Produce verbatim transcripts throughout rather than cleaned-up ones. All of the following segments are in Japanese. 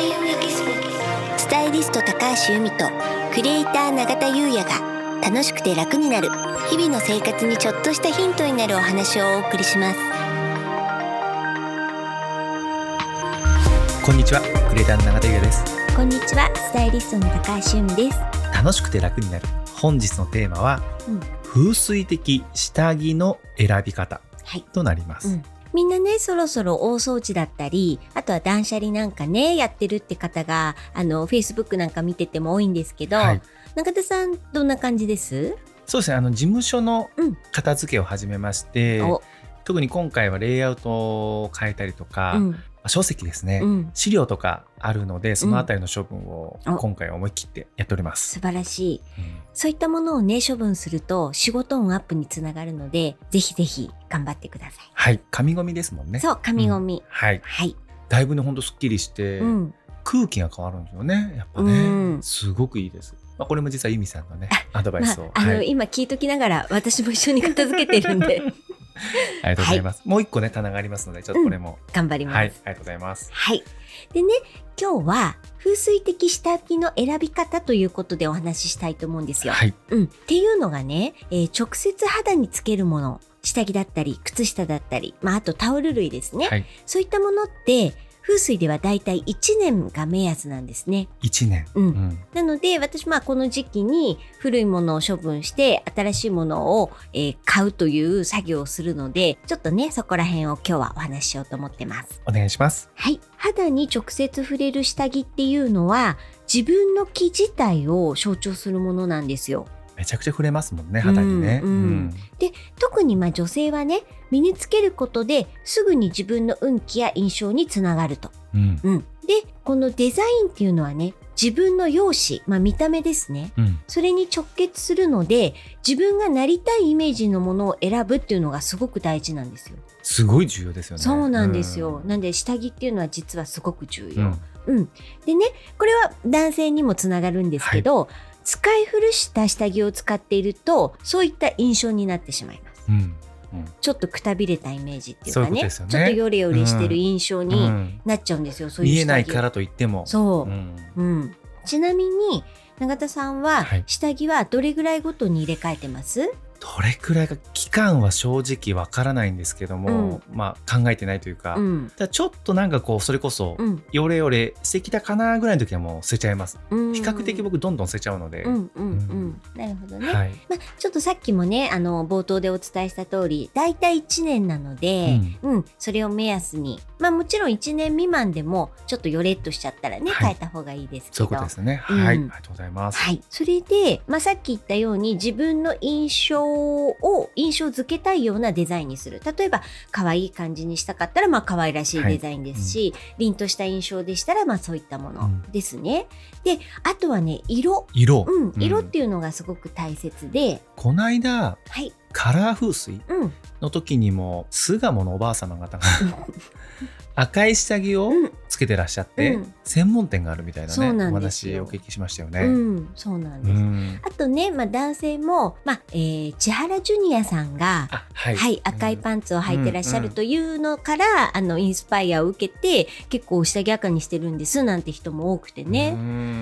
田優也ギススタイリスト高橋由美とクリエイター永田優也が楽しくて楽になる日々の生活にちょっとしたヒントになるお話をお送りします。 こんにちは、クリエイターの永田優也です。 こんにちは、スタイリストの高橋由美です。 楽しくて楽になる。本日のテーマは、うん、風水的下着の選び方となります、はい、うん、 みんなね、そろそろ大掃除だったり、あとは断捨離なんかねやってるって方があの Facebook なんか見てても多いんですけど、はい、永田さんどんな感じです？ そうですね、あの事務所の片付けを始めまして、うん、特に今回はレイアウトを変えたりとか、うん、書籍ですね、うん、資料とかあるので、そのあたりの処分を今回思い切ってやっております、 うん、素晴らしい、うん、そういったものをね処分すると仕事運アップにつながるので、ぜひぜひ頑張ってください。 はい、紙ゴミですもんね。 そう、紙ゴミ、 うん、はい、はい、だいぶねほんとすっきりして、うん、空気が変わるんですよね、やっぱね、うん、すごくいいです。まあ、これも実は由美さんのねアドバイスを、まあ、あの、 はい、今聞いときながら私も一緒に片付けてるんでありがとうございます、はい、もう一個ね棚がありますので、ちょっとこれも、 うん、頑張ります、 はい、ありがとうございます。 はい。でね、今日は風水的下着の選び方ということでお話ししたいと思うんですよ、はい、うん、っていうのがね、えー、直接肌につけるもの、下着だったり靴下だったり、まあ、あとタオル類ですね、はい、そういったものって風水ではだいたいいちねんが目安なんですね。 いちねん、 うんうん、なので私まあこの時期に古いものを処分して新しいものを、えー、買うという作業をするので、ちょっとねそこら辺を今日はお話ししようと思ってます。 お願いします。 はい、肌に直接触れる下着っていうのは自分の気自体を象徴するものなんですよ。 めちゃくちゃ触れますもんね、肌にね、うんうん、 で特にまあ女性はね、身につけることですぐに自分の運気や印象につながると、うんうん、でこのデザインっていうのはね、自分の容姿、まあ、見た目ですね、うん、それに直結するので、自分がなりたいイメージのものを選ぶっていうのがすごく大事なんですよ。 すごい重要ですよね。 そうなんですよ、うん、なんで下着っていうのは実はすごく重要、うんうん、でね、これは男性にもつながるんですけど、はい、使い古した下着を使っているとそういった印象になってしまいます、うんうん、ちょっとくたびれたイメージっていうか ね, ういうねちょっとヨレヨレしてる印象になっちゃうんですよ、うん、そういう下着。 見えないからといってもそう、うんうん、ちなみに永田さんは下着はどれぐらいごとに入れ替えてます？はい、 どれくらいか期間は正直わからないんですけども、うん、まあ考えてないというか、うん、ただちょっとなんかこうそれこそ、うん、ヨレヨレしてきたかなぐらいの時はもう捨てちゃいます、うん、比較的僕どんどん捨てちゃうので、うんうんうんうん、 なるほどね、はい、まあ、ちょっとさっきもねあの冒頭でお伝えした通りだいたいいちねんなので、うんうん、それを目安に、まあもちろんいちねん未満でもちょっとヨレっとしちゃったらね、はい、変えた方がいいですけど、 そういうことですね、うん、はい、ありがとうございます、 はい、それで、まあ、さっき言ったように自分の印象を印象付けたいようなデザインにする。例えば可愛い感じにしたかったらまあ可愛らしいデザインですし、はい、うん、凛とした印象でしたらまあそういったものですね、うん、であとはね色色、 うん、色っていうのがすごく大切で、 この間、はい、カラー風水の時にも巣鴨のおばあ様方が赤い下着をつけてらっしゃって、うん、専門店があるみたいなね、お話をお聞きしましたよね、うん、 そうなんです、うん、あとね、まあ、男性も、まあえー、千原ジュニアさんが、はいはい、赤いパンツを履いてらっしゃるというのから、うんうん、あのインスパイアを受けて結構下着赤にしてるんですなんて人も多くてね、うん、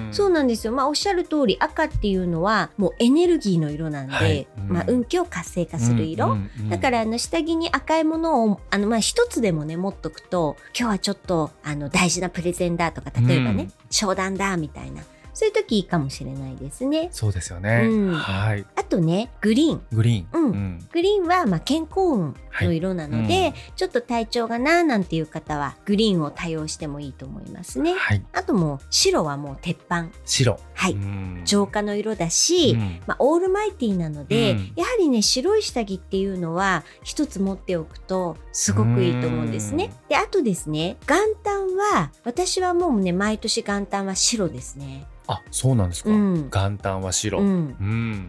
そうなんですよ、まあ、おっしゃる通り赤っていうのはもうエネルギーの色なんで、はい、うん、まあ、運気を活性化する色、うんうんうん、だからあの下着に赤いものをあの、まあ、一つでもね持っとくと、今日はちょっとあの大事なプレゼンだとか、例えばね、うん、商談だみたいな、そういう時いいかもしれないですね。 そうですよね、うん、はい。 あとねグリーングリーン、 うんうん、グリーンはまあ健康運の色なので、はい、うん、ちょっと体調がななんていう方はグリーンを多用してもいいと思いますね、はい、あともう白はもう鉄板、 白、 はい、浄化の色だし、うん、まあ、オールマイティーなので、うん、やはりね白い下着っていうのは一つ持っておくとすごくいいと思うんですね。であとですね、元旦は私はもうね毎年元旦は白ですね。 あ、そうなんですか、うん、元旦は白、うんうん、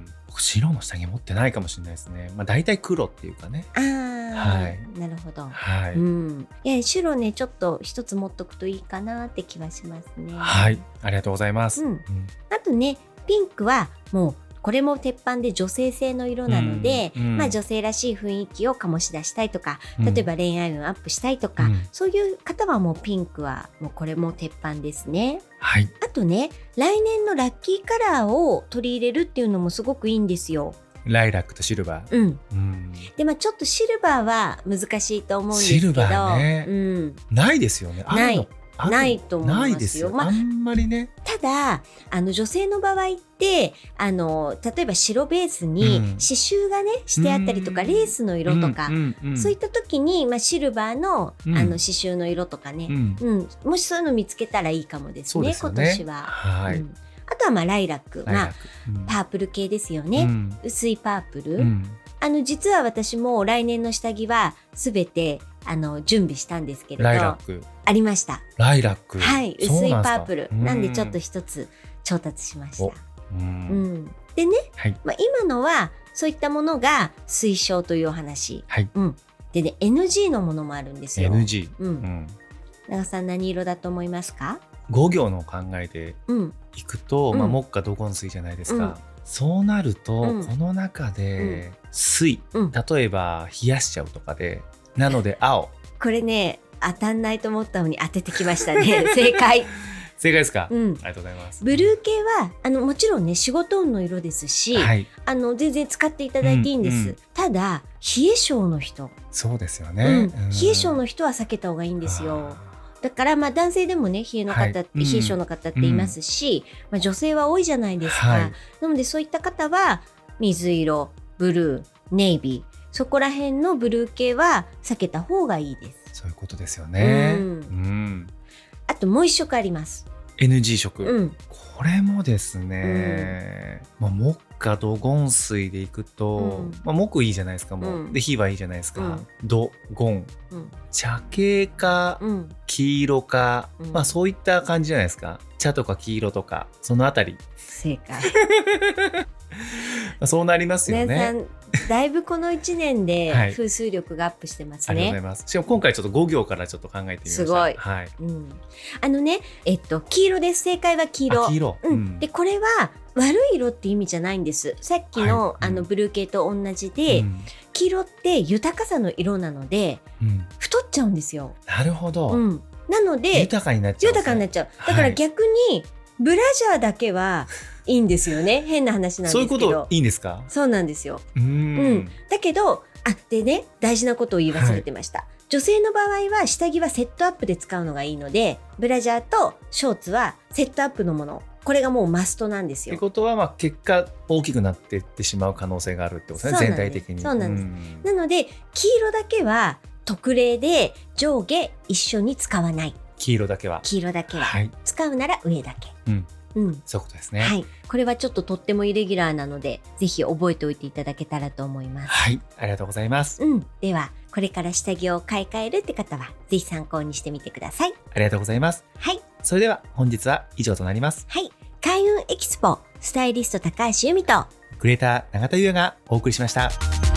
僕白の下着持ってないかもしれないですね。まあ大体黒っていうかね。 あー、はい、なるほど、はい、うん、いや白ねちょっと一つ持っとくといいかなって気はしますね。 はい、ありがとうございます、うんうん、 あとねピンクはもうこれも鉄板で女性性の色なので、 うんうん、 まあ、女性らしい雰囲気を醸し出したいとか、例えば恋愛運アップしたいとか、うん、そういう方はもうピンクはもうこれも鉄板ですね。 はい、 あとね、来年のラッキーカラーを取り入れるっていうのもすごくいいんですよ。 ライラックとシルバー、 うんうん、でまあちょっとシルバーは難しいと思うんですけど、 シルバーね、 うん、 ないですよね。あるのないと思いますよ。 ないですよ、まあ、あんまりね。 ただあの女性の場合ってあの例えば白ベースに刺繍がね、うん、してあったりとか、レースの色とか、うんうんうん、そういった時に、まあ、シルバー の,、うん、あの刺繍の色とかね、うんうん、もしそういうの見つけたらいいかもです ね, ですね今年は。はい、うん、あとはまあライラック、まあうん、パープル系ですよね、うん、薄いパープル、うん、あの実は私も来年の下着はすべてあの準備したんですけれど、 ライラックありました。 ライラック、 はい、薄いパープルなんでちょっと一つ調達しました。うん、うん、でね、はい、まあ、今のはそういったものが推奨というお話、はい、うん、でね エヌジー のものもあるんですよ。 エヌジー、 うんうん、長さん何色だと思いますか？ ご行の考えでいくと、うん、まあ、木火土金水じゃないですか、うん、そうなると、うん、この中で水、うん、例えば冷やしちゃうとかで、なので青。 これね当たんないと思ったのに当ててきましたね正解正解ですか、 うん、 ありがとうございます。 ブルー系はあのもちろんね仕事運の色ですし、はい、あの全然使っていただいていいんです、うんうん、ただ冷え性の人、 そうですよね、 うん、冷え性の人は避けた方がいいんですよ。だからまあ男性でもね冷えの方って、はい、冷え性の方っていますし、うん、まあ、女性は多いじゃないですか、はい、なのでそういった方は水色、ブルー、ネイビー、そこら辺のブルー系は避けた方がいいです。 そういうことですよね、うんうん、 あともう一色あります。 エヌジー 色、うん、これもですね、うん、まあ、木火土金水でいくと、うん、まあ、木いいじゃないですか、もう、うん、で火はいいじゃないですか、うん、土金、うん、茶系か、うん、黄色か、うん、まあそういった感じじゃないですか。茶とか黄色とかそのあたり。 正解そうなりますよね。 だいぶこのいちねんで風水力がアップしてますね、はい、 ありがとうございます。しかも今回ちょっとご行からちょっと考えてみました。 すごい、はい、うん、あのね、えっと黄色です。正解は黄色。 黄色、 うん、でこれは悪い色って意味じゃないんです。さっきの、はい、あのブルー系と同じで、うん、黄色って豊かさの色なので、うん、太っちゃうんですよ。 なるほど、 うん、なので豊かになっちゃう、ね、 豊かになっちゃう。だから逆に、ブラジャーだけはいいんですよね。変な話なんですけど。 そういうこといいんですか？ そうなんですよ。うん、うん、だけどあでね、大事なことを言い忘れてました、はい、女性の場合は下着はセットアップで使うのがいいので、ブラジャーとショーツはセットアップのもの、これがもうマストなんですよ。 ってことは、まあ、結果大きくなっていってしまう可能性があるってことですね、全体的に。 そうなんです、うん、なので黄色だけは特例で上下一緒に使わない。 黄色だけは黄色だけは、はい、使うなら上だけ、うんうん、 そういうことですね、 はい、これはちょっととってもイレギュラーなのでぜひ覚えておいていただけたらと思います。 はい、ありがとうございます、 うん、ではこれから下着を買い替えるって方はぜひ参考にしてみてください。 ありがとうございます。 はい、 それでは本日は以上となります。 はい、開運エキスポスタイリスト高橋由美とクリエイター永田優也がお送りしました。